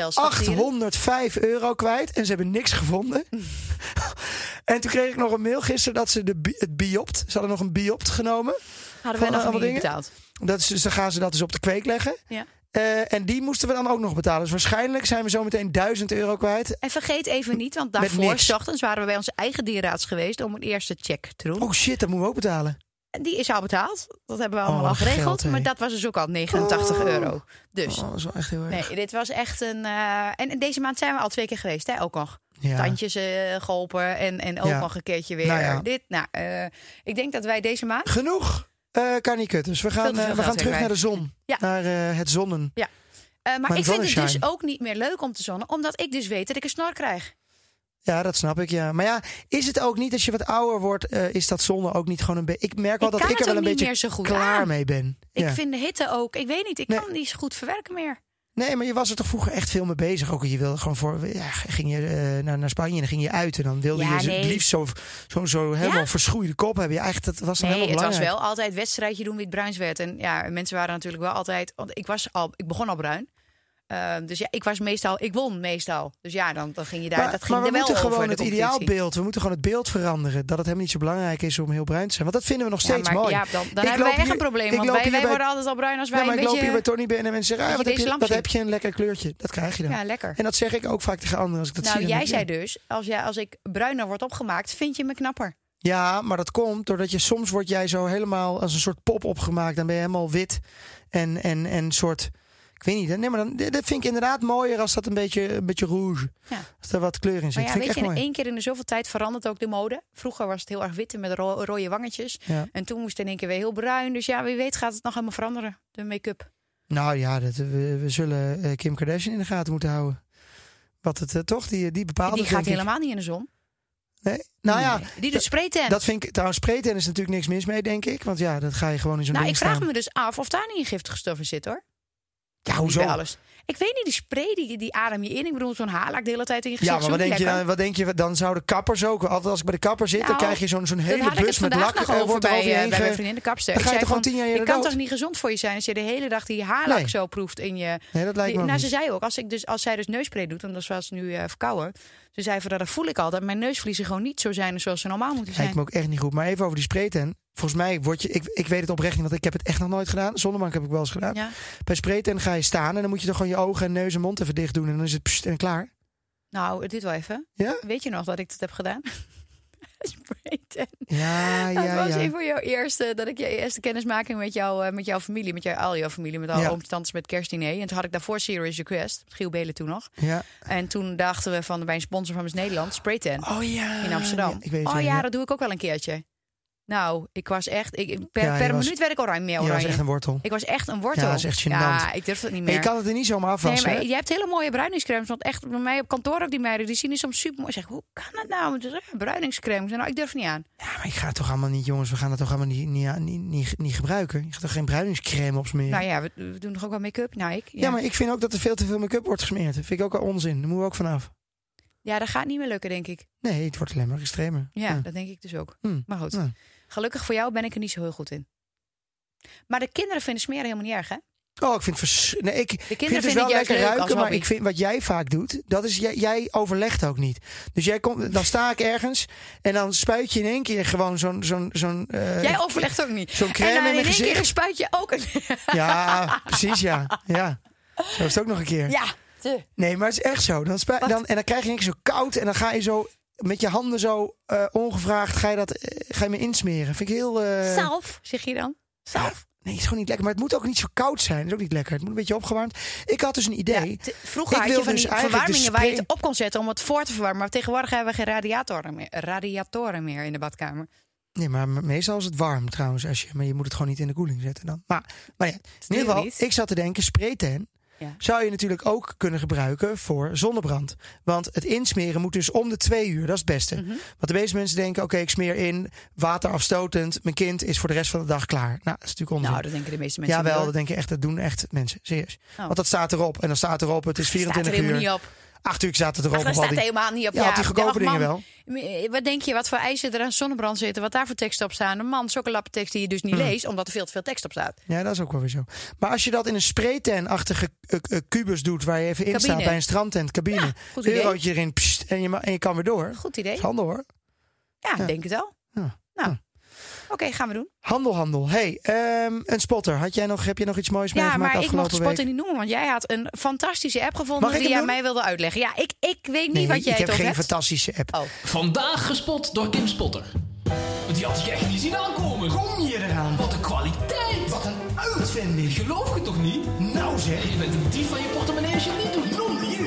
we €805 kwijt en ze hebben niks gevonden. En toen kreeg ik nog een mail gisteren dat ze het biopt. Ze hadden nog een biopt genomen. Hadden we nog niet betaald. Dan gaan ze dat dus op de kweek leggen. Ja. En die moesten we dan ook nog betalen. Dus waarschijnlijk zijn we zo meteen €1000 kwijt. En vergeet even niet, want daarvoor 's ochtends waren we bij onze eigen dierenarts geweest om een eerste check te doen. Oh shit, dat moeten we ook betalen. Die is al betaald. Dat hebben we allemaal al geregeld. Maar dat was dus ook al €89. Dus. Dat is wel echt heel erg. Nee, dit was echt een... En deze maand zijn we al 2 keer geweest, hè? Ook nog. Ja. Tandjes geholpen en ook nog een keertje weer. Ik denk dat wij deze maand... Genoeg kan niet kutten. Dus we gaan terug naar de zon. Ja. Naar het zonnen. Ja. Maar ik vind het dus ook niet meer leuk om te zonnen. Omdat ik dus weet dat ik een snor krijg. Ja, dat snap ik, ja. Maar ja, is het ook niet, als je wat ouder wordt, is dat zonne ook niet gewoon een beetje... Ik merk wel dat ik er wel een beetje klaar mee ben. Ik vind de hitte ook, ik weet niet, ik kan niet zo goed verwerken meer. Nee, maar je was er toch vroeger echt veel mee bezig. Ook je wilde gewoon ging je naar Spanje en dan ging je uit. En dan wilde je het liefst zo helemaal verschroeide kop hebben. Dat was dan helemaal belangrijk. Het was wel altijd wedstrijdje doen wie het bruins werd. En ja, mensen waren natuurlijk wel altijd... Want ik begon al bruin. Dus ja, ik won meestal. Dus ja, dan ging je daar. Maar we moeten gewoon het ideaalbeeld. We moeten gewoon het beeld veranderen. Dat het helemaal niet zo belangrijk is om heel bruin te zijn. Want dat vinden we nog steeds mooi. Ja, dan hebben wij echt een probleem. Want wij worden altijd al bruin als wij. Maar ik loop hier bij Tony binnen en mensen zeggen: wat heb je een lekker kleurtje? Dat krijg je dan. Ja, lekker. En dat zeg ik ook vaak tegen anderen als ik dat zie. Jij zei dus: als ik bruiner word opgemaakt, vind je me knapper. Ja, maar dat komt doordat soms word jij zo helemaal als een soort pop opgemaakt. Dan ben je helemaal wit en soort. Ik weet niet, nee, maar dat vind ik inderdaad mooier als dat een beetje rouge. Ja. Als er wat kleur in zit. Maar ja, weet je, in 1 keer in de zoveel tijd verandert ook de mode. Vroeger was het heel erg wit met rode wangetjes. Ja. En toen moest het in 1 keer weer heel bruin. Dus ja, wie weet gaat het nog helemaal veranderen, de make-up. Nou ja, we zullen Kim Kardashian in de gaten moeten houden. Wat het toch, die bepaalt. Die gaat helemaal niet in de zon. Nee? Nou ja, die doet spraytan. Dat vind ik trouwens, spraytan is natuurlijk niks mis mee, denk ik. Want ja, dat ga je gewoon in zo'n ding ik vraag me dus af of daar niet een giftige stof in zit, hoor. Ja, hoezo? Alles. Ik weet niet, die spray, die adem je in. Ik bedoel, zo'n haarlak de hele tijd in je gezicht. Ja, maar wat denk je? Dan zouden kappers ook... Altijd als ik bij de kapper zit, dan krijg je zo'n hele bus met lak. Wordt bij mijn vriendin de kapster. Dan ga je toch gewoon 10 jaar het kan toch niet gezond voor je zijn als je de hele dag die haarlak zo proeft in je... Nee, dat lijkt me niet. Ze zei ook, als zij dus neusspray doet, en dat was nu verkouden... Ze zei van, dat voel ik al, dat mijn neusvliezen gewoon niet zo zijn zoals ze normaal moeten zijn. Lijkt me ook echt niet goed. Maar even over die spraytan. Volgens mij word je... Ik weet het oprecht niet, want ik heb het echt nog nooit gedaan. Zonnebank heb ik wel eens gedaan. Ja. Bij spraytan ga je staan en dan moet je toch gewoon je ogen en neus en mond even dicht doen. En dan is het pst en klaar. Nou, het duurt wel even. Ja? Weet je nog dat ik dat heb gedaan? Spraytan. Ja. Dat was voor jouw dat ik je eerste kennismaking met jouw familie, al jouw familie, met alle ooms en tantes met kerstdiner. En toen had ik daarvoor Serious Request, Giel Belen toen nog. Ja. En toen dachten we bij een sponsor van Miss Nederland, Spraytan. Oh ja. In Amsterdam. Ja, dat doe ik ook wel een keertje. Nou, ik was echt... Per minuut werd ik oranje. Je was echt een wortel. Ik was echt een wortel. Ja, dat is echt gênant. Ja, ik durf het niet meer. Je kan het er niet zomaar afwassen. Nee, maar je hebt hele mooie bruiningscremes. Want echt, bij mij op kantoor ook die meiden, die zien die soms super mooi. Ik zeg, hoe kan dat nou? Bruiningscreme. Ik zeg, nou, ik durf het niet aan. Ja, maar ik ga het toch allemaal niet, jongens. We gaan het toch allemaal niet gebruiken. Je gaat toch geen bruiningscreme op smeren? Nou ja, we doen toch ook wel make-up? Nou, ja, maar ik vind ook dat er veel te veel make-up wordt gesmeerd. Dat vind ik ook al onzin. Daar moeten we ook vanaf. Ja, dat gaat niet meer lukken, denk ik. Nee, het wordt alleen maar extremer. Ja, dat denk ik dus ook. Maar goed. Gelukkig voor jou ben ik er niet zo heel goed in. Maar de kinderen vinden smeren helemaal niet erg, hè? Oh, ik vind ik vind het dus wel lekker ruiken, maar ik vind wat jij vaak doet, dat is jij overlegt ook niet. Dus dan sta ik ergens en dan spuit je in 1 keer gewoon zo'n jij overlegt ook niet. Zo'n crème in mijn gezicht. In 1 keer spuit je ook. Ja, precies, ja. Zo is het ook nog een keer. Ja. Nee, maar het is echt zo. En dan krijg je 1 keer zo koud en dan ga je zo met je handen zo ongevraagd ga je me insmeren. Vind ik heel... Zalf, zeg je dan? Zalf? Ja, nee, het is gewoon niet lekker. Maar het moet ook niet zo koud zijn. Dat is ook niet lekker. Het moet een beetje opgewarmd. Ik had dus een idee. Ja, vroeger had je van die verwarmingen waar je het op kon zetten om het voor te verwarmen. Maar tegenwoordig hebben we geen radiatoren meer in de badkamer. Nee, maar meestal is het warm trouwens. Maar je moet het gewoon niet in de koeling zetten dan. Maar ja, in ieder geval, ik zat te denken, spraytan. Ja. Zou je natuurlijk ook kunnen gebruiken voor zonnebrand. Want het insmeren moet dus om de 2 uur. Dat is het beste. Want de meeste mensen denken, oké, ik smeer in, water afstotend. Mijn kind is voor de rest van de dag klaar. Nou, dat is natuurlijk onzin. Nou, dat denken de meeste mensen. Jawel, dat denken echt, dat doen echt mensen. Serieus. Oh. Want dat staat erop. En dan staat erop, het is 24 uur. Staat er helemaal niet op. 8 uur staat het erop. Dat staat helemaal niet op. Ja, die goedkope dingen wel. Wat denk je, wat voor eisen er aan zonnebrand zitten? Wat daar voor teksten op staan? Een man, zulke lappentekst die je dus niet leest, omdat er veel te veel tekst op staat. Ja, dat is ook wel weer zo. Maar als je dat in een spraytan-achtige kubus doet, waar je even in staat bij een strandtent, cabine, eurotje erin, en je kan weer door. Goed idee. Handel hoor. Ja, denk het wel. Ja. Nou. Oké, gaan we doen. Handel. Hey, een spotter. Heb je nog iets moois meegemaakt afgelopen week? Ja, maar ik mocht de spotter niet noemen, want jij had een fantastische app gevonden die jij mij wilde uitleggen. Ja, ik weet niet wat jij ik heb toch geen hebt. Fantastische app. Oh. Vandaag gespot door Kim Spotter. Die had ik echt niet zien aankomen. Kom je eraan? Wat een kwaliteit. Wat een uitvinding. Geloof je toch niet? Nou zeg. Je bent een dief van je portemonnee als je het niet doet.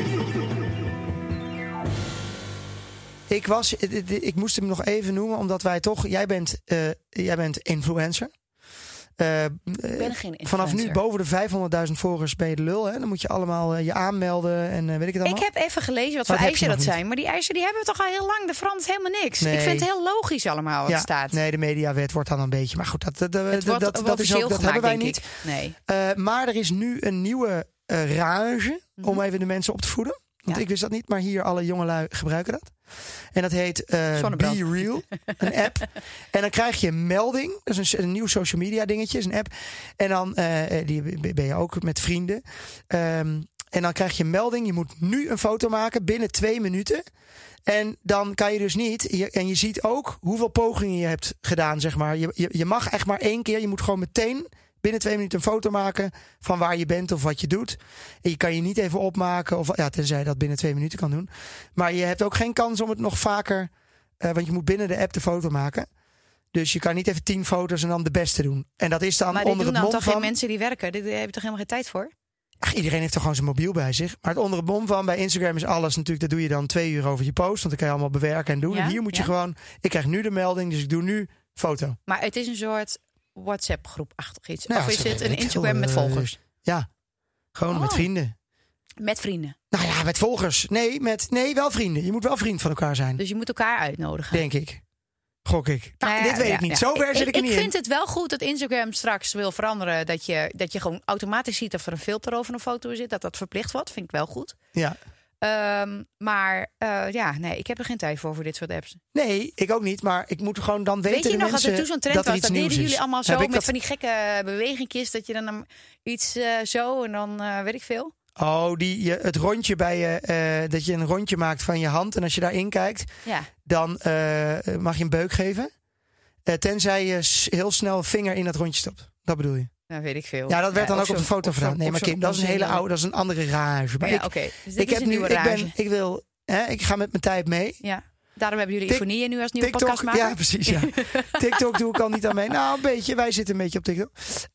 Ik moest hem nog even noemen, omdat wij toch... Jij bent influencer. Ik ben geen influencer. Vanaf nu boven de 500.000 volgers ben je de lul. Hè? Dan moet je allemaal je aanmelden en weet ik het allemaal. Ik heb even gelezen wat voor eisen dat zijn. Maar die eisen die hebben we toch al heel lang. Er verandert helemaal niks. Nee. Ik vind het heel logisch allemaal wat er staat. Nee, de mediawet wordt dan een beetje... Maar goed, dat hebben wij niet. Nee. Maar er is nu een nieuwe rage om even de mensen op te voeden. Want ik wist dat niet, maar hier alle jongelui gebruiken dat. En dat heet Be Real, een app. En dan krijg je een melding. Dat is een nieuw social media dingetje, is een app. En dan die ben je ook met vrienden. En dan krijg je een melding. Je moet nu een foto maken binnen 2 minuten. En dan kan je dus niet... En je ziet ook hoeveel pogingen je hebt gedaan, zeg maar. Je mag echt maar 1 keer. Je moet gewoon meteen... binnen 2 minuten een foto maken van waar je bent of wat je doet. En je kan je niet even opmaken. Tenzij je dat binnen 2 minuten kan doen. Maar je hebt ook geen kans om het nog vaker... want je moet binnen de app de foto maken. Dus je kan niet even 10 foto's en dan de beste doen. En dat is dan onder het mom van... Maar dit doen dan toch geen mensen die werken? Daar heb je toch helemaal geen tijd voor? Ach, iedereen heeft toch gewoon zijn mobiel bij zich. Maar het onder het mom van bij Instagram is alles natuurlijk... dat doe je dan 2 uur over je post. Want dan kan je allemaal bewerken en doen. Ja, en hier moet je gewoon... Ik krijg nu de melding, dus ik doe nu foto. Maar het is een soort... WhatsApp-groep-achtig iets. Nou, of is het een Instagram met volgers? Ja, gewoon met vrienden. Met vrienden? Nou ja, met volgers. Nee, wel vrienden. Je moet wel vriend van elkaar zijn. Dus je moet elkaar uitnodigen? Denk ik. Gok ik. Dit weet ik niet. Zover zit ik er niet in. Ik vind het wel goed dat Instagram straks wil veranderen. Dat je gewoon automatisch ziet of er een filter over een foto zit. Dat verplicht wordt. Vind ik wel goed. Ja. Ik heb er geen tijd voor dit soort apps. Nee, ik ook niet. Maar ik moet gewoon dan weten. Weet je nog dat er toen zo'n trend was? Dat deden jullie allemaal zo met dat... van die gekke bewegingjes. Dat je dan iets zo en dan weet ik veel. Oh, het rondje bij je. Dat je een rondje maakt van je hand. En als je daarin kijkt, dan mag je een beuk geven. Tenzij je heel snel een vinger in dat rondje stopt. Dat bedoel je? Nou, weet ik veel. Ja, dat werd dan ook op de foto gedaan. Nee, maar Kim, dat is een hele oude, dat is een andere rage. Maar oké. Dus dit is een nieuwe rage. Ik ga met mijn tijd mee. Ja. Daarom hebben jullie Ifonie nu als nieuwe podcast maken. Ja, precies. Ja. TikTok doe ik al niet aan mee. Nou, een beetje. Wij zitten een beetje op TikTok.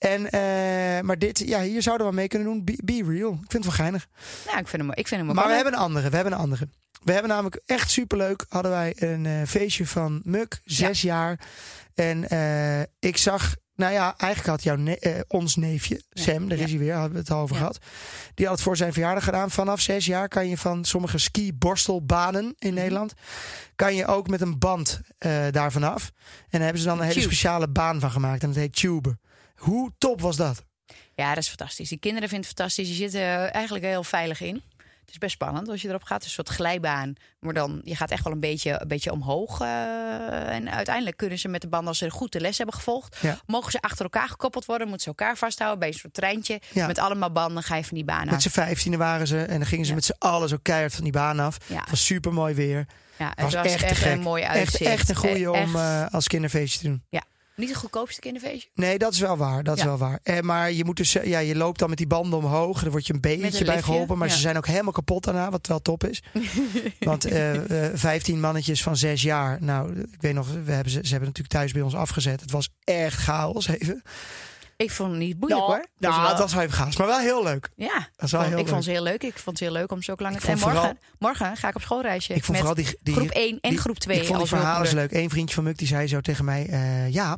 Maar dit, hier zouden we mee kunnen doen. Be real. Ik vind het wel geinig. Ja, ik vind hem ook. Maar we hebben een andere. We hebben namelijk echt superleuk. Hadden wij een feestje van Muk, 6 jaar. En ik zag... Nou ja, eigenlijk had ons neefje, Sam, daar is hij weer, hadden we het al over gehad. Die had het voor zijn verjaardag gedaan. Vanaf 6 jaar kan je van sommige ski-borstelbanen in Nederland... kan je ook met een band daar vanaf. En daar hebben ze dan een hele speciale baan van gemaakt. En dat heet Tube. Hoe top was dat? Ja, dat is fantastisch. Die kinderen vinden het fantastisch. Je zit er eigenlijk heel veilig in. Het is best spannend als je erop gaat. Het is een soort glijbaan. Maar dan, je gaat echt wel een beetje omhoog. En uiteindelijk kunnen ze met de band, als ze goed de les hebben gevolgd... mogen ze achter elkaar gekoppeld worden. Moeten ze elkaar vasthouden bij een soort treintje. Ja. Met allemaal banden ga je van die baan af. Met z'n 15 waren ze. En dan gingen ze met z'n allen zo keihard van die baan af. Ja. Het was super mooi weer. Ja, het was echt een mooi uitzicht. Echt een goeie om als kinderfeestje te doen. Ja. Niet het goedkoopste kinderfeestje? Nee, dat is wel waar. Dat is wel waar. Maar je moet dus, je loopt dan met die banden omhoog. Daar wordt je een beetje bij geholpen. Maar ze zijn ook helemaal kapot daarna, wat wel top is. Want 15 mannetjes van 6 jaar. Nou, ik weet nog, ze hebben natuurlijk thuis bij ons afgezet. Het was echt chaos even. Ik vond het niet boeilijk hoor. Nou, het was wel even chaos, maar wel heel leuk. Ja, ik vond ze heel leuk. Ik vond het heel leuk om zo ook lang te... En morgen ga ik op schoolreisje. Ik vond vooral die groep 1 en groep 2. Ik vond die verhalen leuk. Eén vriendje van Muk die zei zo tegen mij... Jaap,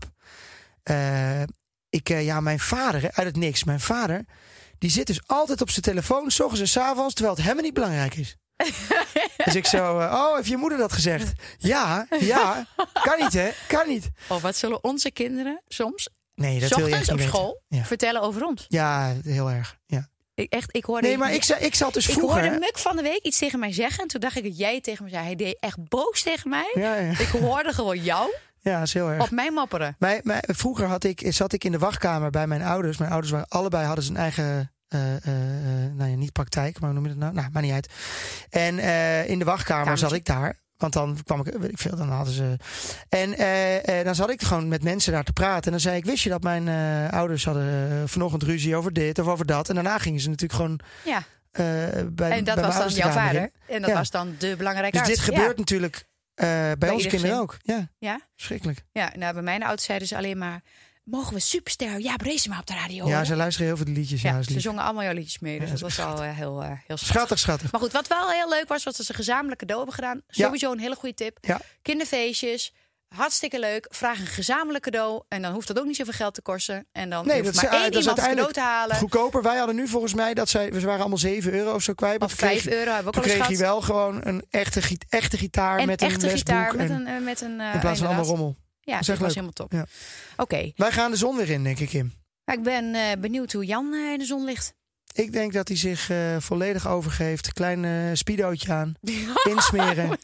mijn vader, uit het niks. Mijn vader, die zit dus altijd op zijn telefoon... 's ochtends en 's avonds, terwijl het helemaal niet belangrijk is. Dus ik zo, heeft je moeder dat gezegd? Ja, kan niet hè, kan niet. Oh, wat zullen onze kinderen soms... Nee, dat wil je echt niet op school vertellen over ons. Ja, heel erg. Ja. Ik hoorde... Nee, maar ik zat dus vroeger... Ik hoorde Muk van de week iets tegen mij zeggen. En toen dacht ik dat jij tegen me zei. Hij deed echt boos tegen mij. Ja. Ik hoorde gewoon jou. Ja, dat is heel erg. Op mij mopperen. Vroeger zat ik in de wachtkamer bij mijn ouders. Mijn ouders waren allebei hadden zijn eigen... niet praktijk, maar hoe noem je dat nou? Nou, maakt niet uit. En in de wachtkamer zat ik daar. Want dan kwam ik, weet ik veel, dan hadden ze... En dan zat ik gewoon met mensen daar te praten. En dan zei ik, wist je dat mijn ouders hadden vanochtend ruzie over dit of over dat? En daarna gingen ze natuurlijk gewoon... En dat was dan jouw vader. En dat was dan de belangrijke arts. Dus dit gebeurt natuurlijk Bij onze kinderen ook. Ja? Verschrikkelijk. Ja, nou, bij mijn ouders zeiden ze alleen maar... Mogen we Superster? Ja, race maar op de radio. Ja, ze luisteren heel veel de liedjes. Ja, ze zongen allemaal jouw liedjes mee. Dus dat was al heel schattig. Maar goed, wat wel heel leuk was, wat ze een gezamenlijk cadeau hebben gedaan. Sowieso een hele goede tip. Ja. Kinderfeestjes. Hartstikke leuk. Vraag een gezamenlijk cadeau. En dan hoeft dat ook niet zoveel geld te kosten. En dan hoeft maar één iemand cadeau te halen. Goedkoper. Wij hadden nu volgens mij we waren allemaal €7 of zo kwijt. Of €5 hebben we ook al toen kreeg je wel gewoon een echte gitaar met een lesboek. Met een in plaats van allemaal rommel. Ja, dat was helemaal top. Ja. Oké. Wij gaan de zon weer in, denk ik, Kim. Ik ben benieuwd hoe Jan in de zon ligt. Ik denk dat hij zich volledig overgeeft. Klein speedootje aan. Insmeren.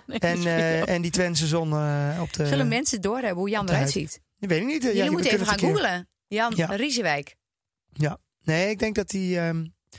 En die Twentse zon op de... Zullen mensen doorhebben hoe Jan eruit ziet? Dat weet ik niet. Jullie moeten even gaan googlen. Jan Riesewijk. Ja. Nee, ik denk dat hij...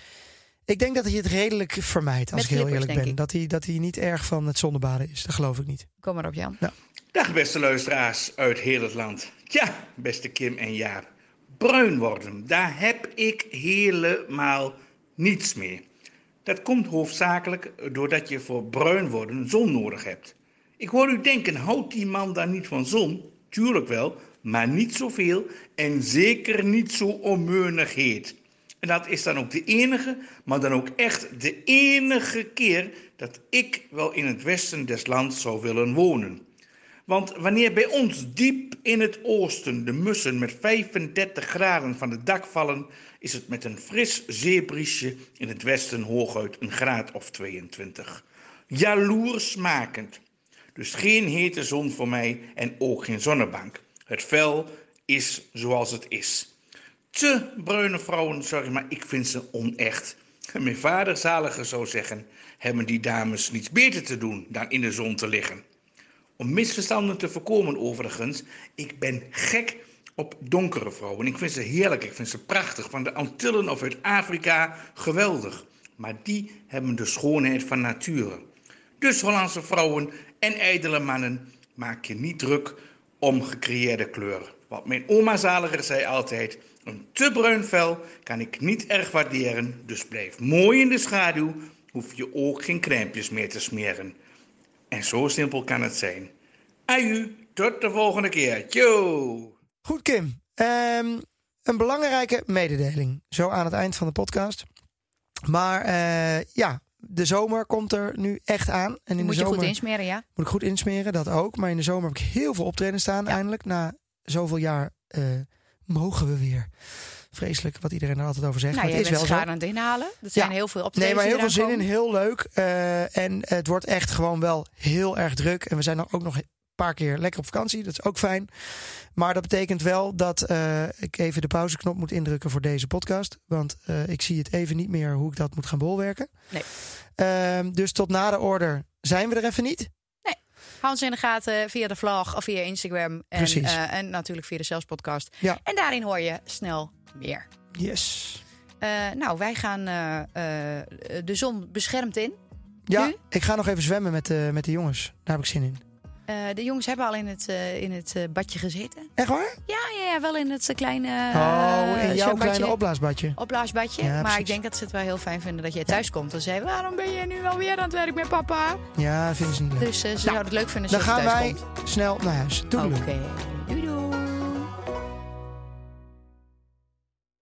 Ik denk dat hij het redelijk vermijdt, als ik heel eerlijk ben. Dat hij niet erg van het zonnebaden is. Dat geloof ik niet. Kom maar op, Jan. Ja. Dag beste luisteraars uit heel het land. Tja, beste Kim en Jaap. Bruin worden, daar heb ik helemaal niets mee. Dat komt hoofdzakelijk doordat je voor bruin worden zon nodig hebt. Ik hoor u denken, houdt die man daar niet van zon? Tuurlijk wel, maar niet zoveel en zeker niet zo onmeunig heet. En dat is dan ook de enige, maar dan ook echt de enige keer dat ik wel in het westen des lands zou willen wonen. Want wanneer bij ons diep in het oosten de mussen met 35 graden van het dak vallen, is het met een fris zeebriesje in het westen hooguit een graad of 22. Jaloersmakend. Dus geen hete zon voor mij en ook geen zonnebank. Het vel is zoals het is. Te bruine vrouwen, sorry, maar ik vind ze onecht. Mijn vader zaliger zou zeggen, hebben die dames niets beter te doen dan in de zon te liggen. Om misverstanden te voorkomen overigens, ik ben gek op donkere vrouwen. Ik vind ze heerlijk, ik vind ze prachtig. Van de Antillen of uit Afrika, geweldig. Maar die hebben de schoonheid van nature. Dus Hollandse vrouwen en ijdele mannen, maak je niet druk om gecreëerde kleur. Want mijn oma zaliger zei altijd, een te bruin vel kan ik niet erg waarderen. Dus blijf mooi in de schaduw, hoef je ook geen crèmpjes meer te smeren. En zo simpel kan het zijn. Aju, tot de volgende keer. Tjo! Goed, Kim. Een belangrijke mededeling. Zo aan het eind van de podcast. Maar de zomer komt er nu echt aan. En in moet de zomer je goed insmeren, ja? Moet ik goed insmeren, dat ook. Maar in de zomer heb ik heel veel optreden staan. Eindelijk, na zoveel jaar mogen we weer. Vreselijk wat iedereen er altijd over zegt. Nou, maar het is wel zo. aan het inhalen. Dat zijn heel veel optredens. Nee, maar heel veel zin komen. in. Heel leuk. En het wordt echt gewoon wel heel erg druk. En we zijn ook nog een paar keer lekker op vakantie. Dat is ook fijn. Maar dat betekent wel dat ik even de pauzeknop moet indrukken voor deze podcast. Want ik zie het even niet meer hoe ik dat moet gaan bolwerken. Nee. Dus tot na de order zijn we er even niet. Nee. Hou ons in de gaten via de vlog of via Instagram. En natuurlijk via de Zelfs podcast. Ja. En daarin hoor je snel meer. Yes. Wij gaan de zon beschermd in. Ja, nu? Ik ga nog even zwemmen met de jongens. Daar heb ik zin in. De jongens hebben al in het badje gezeten. Echt waar? Ja, wel in het kleine in jouw kleine opblaasbadje. Opblaasbadje. Ja, maar ik denk dat ze het wel heel fijn vinden dat jij thuis komt. Dan zeggen waarom ben je nu alweer aan het werk met papa? Ja, vinden ze niet leuk. Dus ze zouden het leuk vinden als je thuis komt. Dan gaan wij snel naar huis. Doei. Oké.